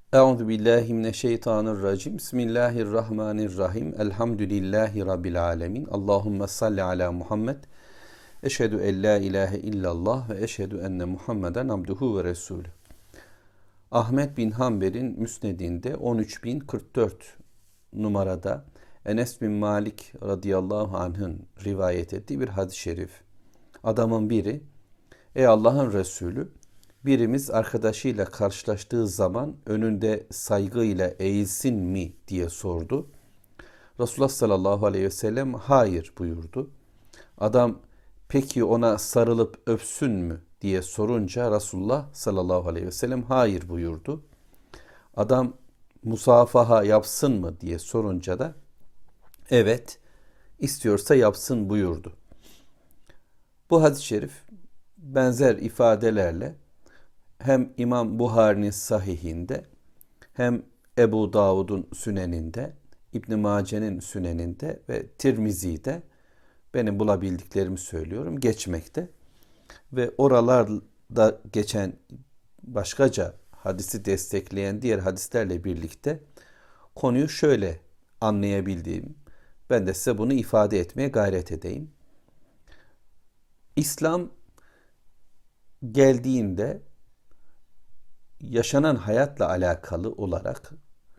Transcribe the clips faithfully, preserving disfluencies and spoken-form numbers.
Euzu billahi mineşşeytanirracim. Bismillahirrahmanirrahim. Elhamdülillahi rabbil alamin. Allahumme salli ala Muhammed. Eşhedü en la ilahe illallah ve eşhedü enne Muhammeden abduhu ve resulü. Ahmet bin Hanbel'in Müsned'inde on üç bin kırk dört numarada Enes bin Malik radıyallahu anh'ın rivayet ettiği bir hadis-i şerif. Adamın biri, ey Allah'ın Resulü, birimiz arkadaşıyla karşılaştığı zaman önünde saygıyla eğilsin mi diye sordu. Resulullah sallallahu aleyhi ve sellem hayır buyurdu. Adam peki ona sarılıp öpsün mü diye sorunca Resulullah sallallahu aleyhi ve sellem hayır buyurdu. Adam musafaha yapsın mı diye sorunca da evet istiyorsa yapsın buyurdu. Bu hadis-i şerif benzer ifadelerle hem İmam Buhari'nin sahihinde hem Ebu Davud'un süneninde, İbn Mace'nin süneninde ve Tirmizi'de benim bulabildiklerimi söylüyorum geçmekte. Ve oralarda geçen başkaca hadisi destekleyen diğer hadislerle birlikte konuyu şöyle anlayabildiğim, ben de size bunu ifade etmeye gayret edeyim. İslam geldiğinde yaşanan hayatla alakalı olarak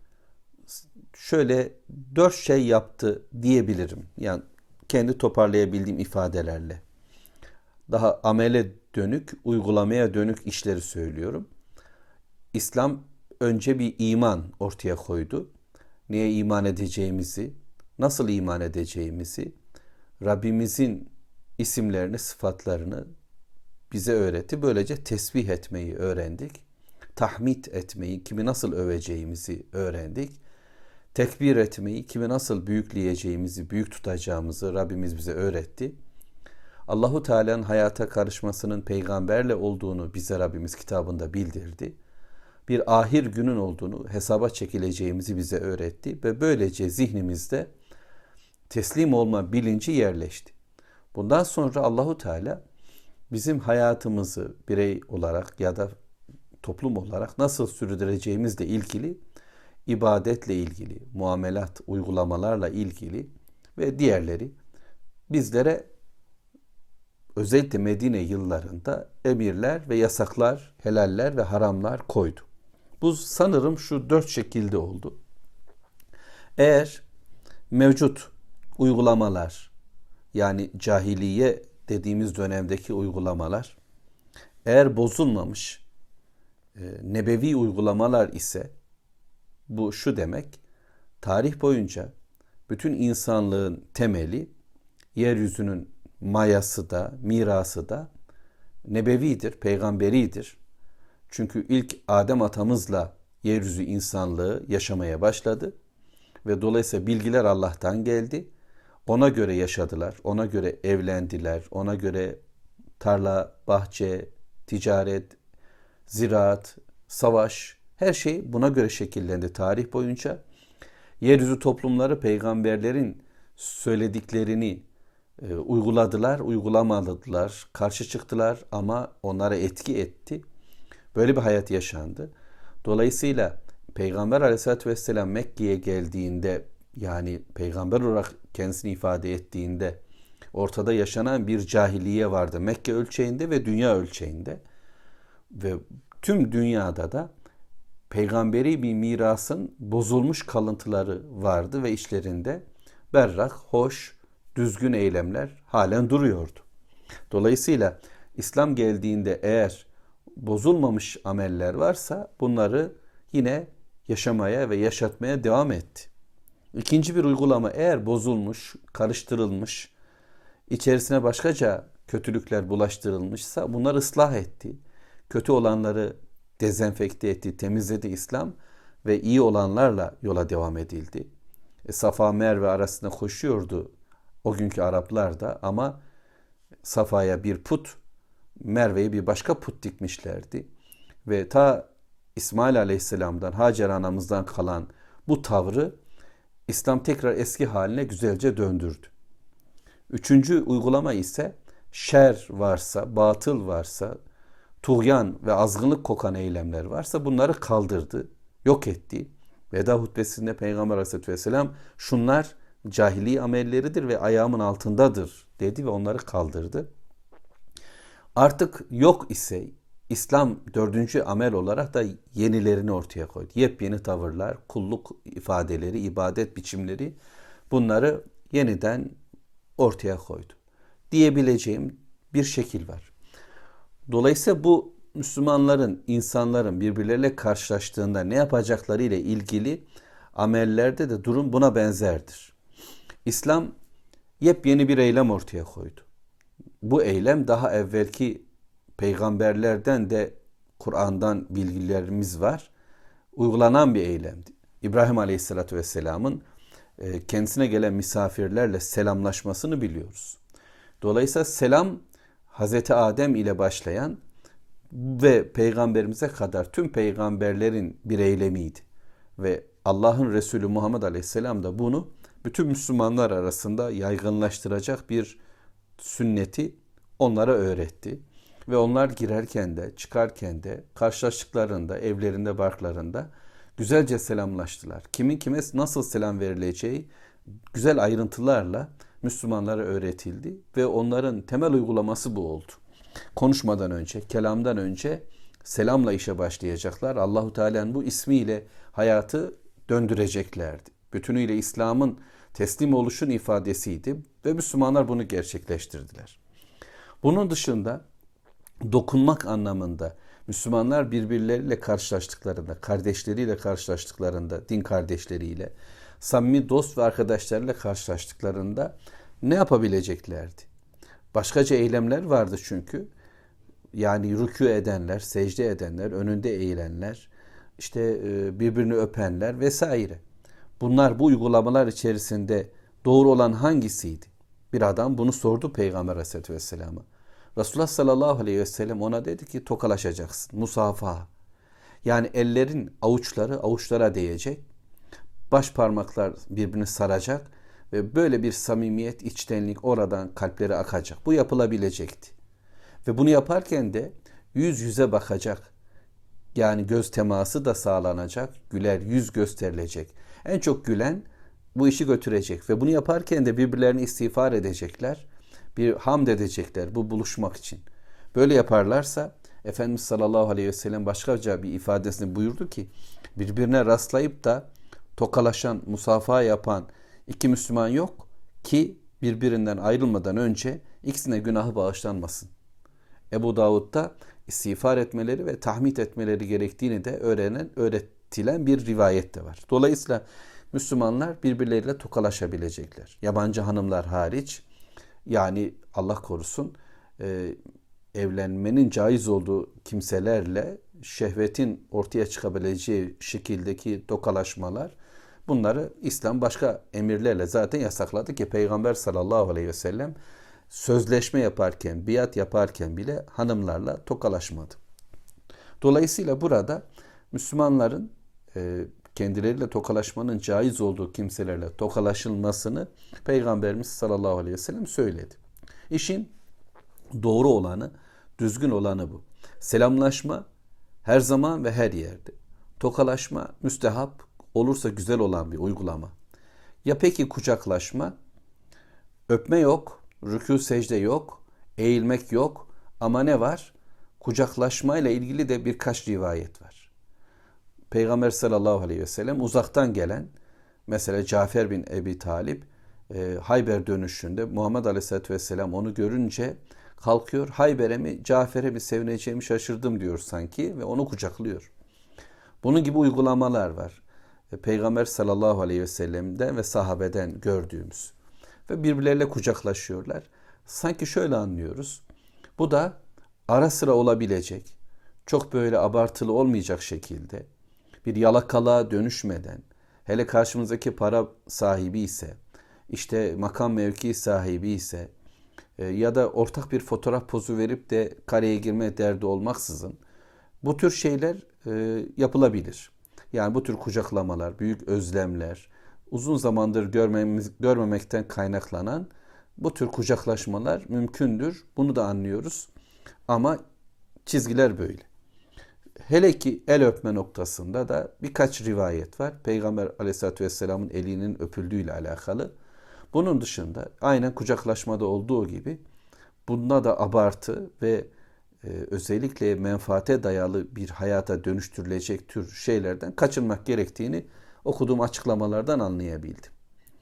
şöyle dört şey yaptı diyebilirim. Yani kendi toparlayabildiğim ifadelerle. Daha amele dönük, uygulamaya dönük işleri söylüyorum. İslam önce bir iman ortaya koydu. Neye iman edeceğimizi, nasıl iman edeceğimizi, Rabbimizin isimlerini, sıfatlarını bize öğretti. Böylece tesbih etmeyi öğrendik. Tahmid etmeyi, kimi nasıl öveceğimizi öğrendik. Tekbir etmeyi, kimi nasıl büyükleyeceğimizi, büyük tutacağımızı Rabbimiz bize öğretti. Allahu Teala'nın hayata karışmasının peygamberle olduğunu bize Rabbimiz kitabında bildirdi. Bir ahir günün olduğunu, hesaba çekileceğimizi bize öğretti ve böylece zihnimizde teslim olma bilinci yerleşti. Bundan sonra Allahu Teala bizim hayatımızı birey olarak ya da toplum olarak nasıl sürdüreceğimizle ilgili, ibadetle ilgili, muamelat, uygulamalarla ilgili ve diğerleri bizlere özellikle Medine yıllarında emirler ve yasaklar, helaller ve haramlar koydu. Bu sanırım şu dört şekilde oldu. Eğer mevcut uygulamalar, yani cahiliye dediğimiz dönemdeki uygulamalar eğer bozulmamış, e, nebevi uygulamalar ise bu şu demek, tarih boyunca bütün insanlığın temeli, yeryüzünün mayası da, mirası da nebevidir, peygamberidir. Çünkü ilk Adem atamızla yeryüzü insanlığı yaşamaya başladı ve dolayısıyla bilgiler Allah'tan geldi. Ona göre yaşadılar, ona göre evlendiler, ona göre tarla, bahçe, ticaret, ziraat, savaş, her şey buna göre şekillendi tarih boyunca. Yeryüzü toplumları peygamberlerin söylediklerini e, uyguladılar, uygulamadılar, karşı çıktılar ama onlara etki etti. Böyle bir hayat yaşandı. Dolayısıyla Peygamber Aleyhisselatü Vesselam Mekke'ye geldiğinde, yani peygamber olarak kendisini ifade ettiğinde ortada yaşanan bir cahiliye vardı. Mekke ölçeğinde ve dünya ölçeğinde. Ve tüm dünyada da peygamberi bir mirasın bozulmuş kalıntıları vardı ve içlerinde berrak, hoş, düzgün eylemler halen duruyordu. Dolayısıyla İslam geldiğinde eğer bozulmamış ameller varsa bunları yine yaşamaya ve yaşatmaya devam etti. İkinci bir uygulama eğer bozulmuş, karıştırılmış, içerisine başkaca kötülükler bulaştırılmışsa bunları ıslah etti. Kötü olanları dezenfekte etti, temizledi İslam ve iyi olanlarla yola devam edildi. E, Safa Merve arasında koşuyordu o günkü Araplar da ama Safa'ya bir put, Merve'ye bir başka put dikmişlerdi. Ve ta İsmail Aleyhisselam'dan, Hacer anamızdan kalan bu tavrı İslam tekrar eski haline güzelce döndürdü. Üçüncü uygulama ise şer varsa, batıl varsa, tuğyan ve azgınlık kokan eylemler varsa bunları kaldırdı, yok etti. Veda hutbesinde Peygamber Aleyhisselatü Vesselam şunlar cahili amelleridir ve ayağımın altındadır dedi ve onları kaldırdı. Artık yok ise İslam dördüncü amel olarak da yenilerini ortaya koydu. Yepyeni tavırlar, kulluk ifadeleri, ibadet biçimleri, bunları yeniden ortaya koydu diyebileceğim bir şekil var. Dolayısıyla bu Müslümanların, insanların birbirleriyle karşılaştığında ne yapacakları ile ilgili amellerde de durum buna benzerdir. İslam yepyeni bir eylem ortaya koydu. Bu eylem daha evvelki peygamberlerden de Kur'an'dan bilgilerimiz var. Uygulanan bir eylemdi. İbrahim Aleyhisselatü Vesselam'ın kendisine gelen misafirlerle selamlaşmasını biliyoruz. Dolayısıyla selam Hazreti Adem ile başlayan ve peygamberimize kadar tüm peygamberlerin bir eylemiydi. Ve Allah'ın Resulü Muhammed Aleyhisselam da bunu bütün Müslümanlar arasında yaygınlaştıracak bir sünneti onlara öğretti. Ve onlar girerken de çıkarken de karşılaştıklarında evlerinde barklarında güzelce selamlaştılar. Kimin kime nasıl selam verileceği güzel ayrıntılarla Müslümanlara öğretildi ve onların temel uygulaması bu oldu. Konuşmadan önce, kelamdan önce selamla işe başlayacaklar. Allahu Teala'nın bu ismiyle hayatı döndüreceklerdi. Bütünüyle İslam'ın teslim oluşun ifadesiydi ve Müslümanlar bunu gerçekleştirdiler. Bunun dışında dokunmak anlamında Müslümanlar birbirleriyle karşılaştıklarında, kardeşleriyle karşılaştıklarında, din kardeşleriyle, samimi dost ve arkadaşlarıyla karşılaştıklarında ne yapabileceklerdi? Başkaca eylemler vardı çünkü. Yani rükû edenler, secde edenler, önünde eğilenler, işte birbirini öpenler vesaire. Bunlar bu uygulamalar içerisinde doğru olan hangisiydi? Bir adam bunu sordu Peygamber Aleyhisselatü Vesselam'a. Resulullah sallallahu aleyhi ve sellem ona dedi ki tokalaşacaksın. Musafaha. Yani ellerin avuçları avuçlara değecek. Baş parmaklar birbirini saracak ve böyle bir samimiyet, içtenlik oradan kalplere akacak. Bu yapılabilecekti. Ve bunu yaparken de yüz yüze bakacak. Yani göz teması da sağlanacak. Güler yüz gösterilecek. En çok gülen bu işi götürecek. Ve bunu yaparken de birbirlerini istiğfar edecekler. Bir hamd edecekler bu buluşmak için. Böyle yaparlarsa Efendimiz sallallahu aleyhi ve sellem başkaca bir ifadesini buyurdu ki birbirine rastlayıp da tokalaşan, musafaha yapan iki Müslüman yok ki birbirinden ayrılmadan önce ikisine günahı bağışlanmasın. Ebu Davud'da istiğfar etmeleri ve tahmid etmeleri gerektiğini de öğrenen, öğretilen bir rivayet de var. Dolayısıyla Müslümanlar birbirleriyle tokalaşabilecekler. Yabancı hanımlar hariç, yani Allah korusun e, evlenmenin caiz olduğu kimselerle şehvetin ortaya çıkabileceği şekildeki tokalaşmalar, bunları İslam başka emirlerle zaten yasakladı ki Peygamber sallallahu aleyhi ve sellem sözleşme yaparken, biat yaparken bile hanımlarla tokalaşmadı. Dolayısıyla burada Müslümanların e, kendileriyle tokalaşmanın caiz olduğu kimselerle tokalaşılmasını Peygamberimiz sallallahu aleyhi ve sellem söyledi. İşin doğru olanı, düzgün olanı bu. Selamlaşma her zaman ve her yerde. Tokalaşma müstehap, olursa güzel olan bir uygulama. Ya peki kucaklaşma? Öpme yok, rükû secde yok, eğilmek yok ama ne var? Kucaklaşmayla ilgili de birkaç rivayet var. Peygamber sallallahu aleyhi ve sellem uzaktan gelen, mesela Cafer bin Ebi Talib e, Hayber dönüşünde Muhammed aleyhisselatü vesselam onu görünce kalkıyor, Hayber'e mi Cafer'e mi sevineceğimi şaşırdım diyor sanki ve onu kucaklıyor. Bunun gibi uygulamalar var. E, Peygamber sallallahu aleyhi ve sellem'den ve sahabeden gördüğümüz. Ve birbirleriyle kucaklaşıyorlar. Sanki şöyle anlıyoruz. Bu da ara sıra olabilecek, çok böyle abartılı olmayacak şekilde, bir yalakalığa dönüşmeden, hele karşımızdaki para sahibi ise, işte makam mevki sahibi ise e, ya da ortak bir fotoğraf pozu verip de kareye girme derdi olmaksızın bu tür şeyler e, yapılabilir. Yani bu tür kucaklamalar, büyük özlemler, uzun zamandır görmemiz, görmemekten kaynaklanan bu tür kucaklaşmalar mümkündür. Bunu da anlıyoruz. Ama çizgiler böyle. Hele ki el öpme noktasında da birkaç rivayet var. Peygamber Aleyhisselatü Vesselam'ın elinin öpüldüğüyle alakalı. Bunun dışında aynen kucaklaşmada olduğu gibi bunda da abartı ve e, özellikle menfaate dayalı bir hayata dönüştürülecek tür şeylerden kaçınmak gerektiğini okuduğum açıklamalardan anlayabildim.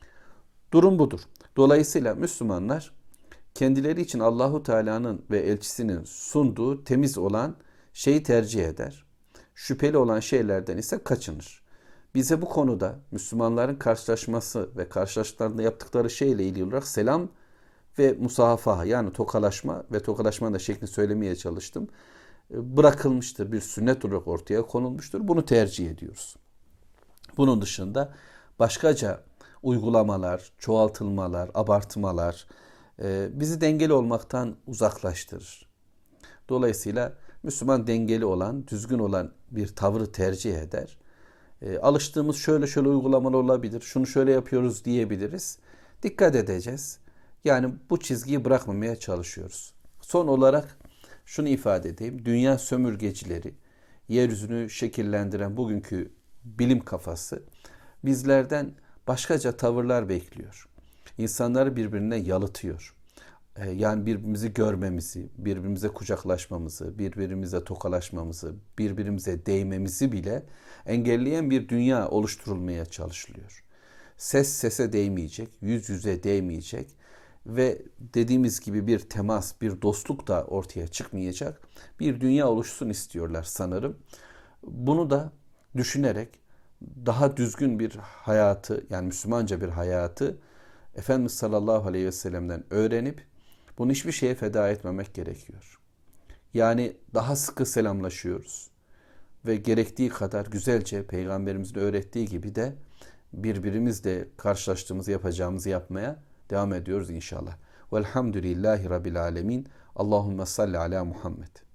Durum budur. Dolayısıyla Müslümanlar kendileri için Allahu Teala'nın ve elçisinin sunduğu temiz olan şeyi tercih eder. Şüpheli olan şeylerden ise kaçınır. Bize bu konuda Müslümanların karşılaşması ve karşılaştıklarında yaptıkları şeyle ilgili olarak selam ve musafaha, yani tokalaşma ve tokalaşmanın da şeklini söylemeye çalıştım, bırakılmıştır. Bir sünnet olarak ortaya konulmuştur. Bunu tercih ediyoruz. Bunun dışında başkaca uygulamalar, çoğaltılmalar, abartmalar e, bizi dengeli olmaktan uzaklaştırır. Dolayısıyla Müslüman dengeli olan, düzgün olan bir tavrı tercih eder. E, alıştığımız şöyle şöyle uygulamalar olabilir, şunu şöyle yapıyoruz diyebiliriz. Dikkat edeceğiz. Yani bu çizgiyi bırakmamaya çalışıyoruz. Son olarak şunu ifade edeyim. Dünya sömürgecileri, yeryüzünü şekillendiren bugünkü bilim kafası bizlerden başkaca tavırlar bekliyor. İnsanları birbirine yalıtıyor. Yani birbirimizi görmemizi, birbirimize kucaklaşmamızı, birbirimize tokalaşmamızı, birbirimize değmemizi bile engelleyen bir dünya oluşturulmaya çalışılıyor. Ses sese değmeyecek, yüz yüze değmeyecek ve dediğimiz gibi bir temas, bir dostluk da ortaya çıkmayacak bir dünya oluşsun istiyorlar sanırım. Bunu da düşünerek daha düzgün bir hayatı, yani Müslümanca bir hayatı Efendimiz sallallahu aleyhi ve sellem'den öğrenip bunu hiçbir şeye feda etmemek gerekiyor. Yani daha sıkı selamlaşıyoruz ve gerektiği kadar güzelce Peygamberimizin öğrettiği gibi de birbirimizle karşılaştığımızı yapacağımızı yapmaya devam ediyoruz inşallah. Velhamdülillahi Rabbil alemin. Allahümme salli ala Muhammed.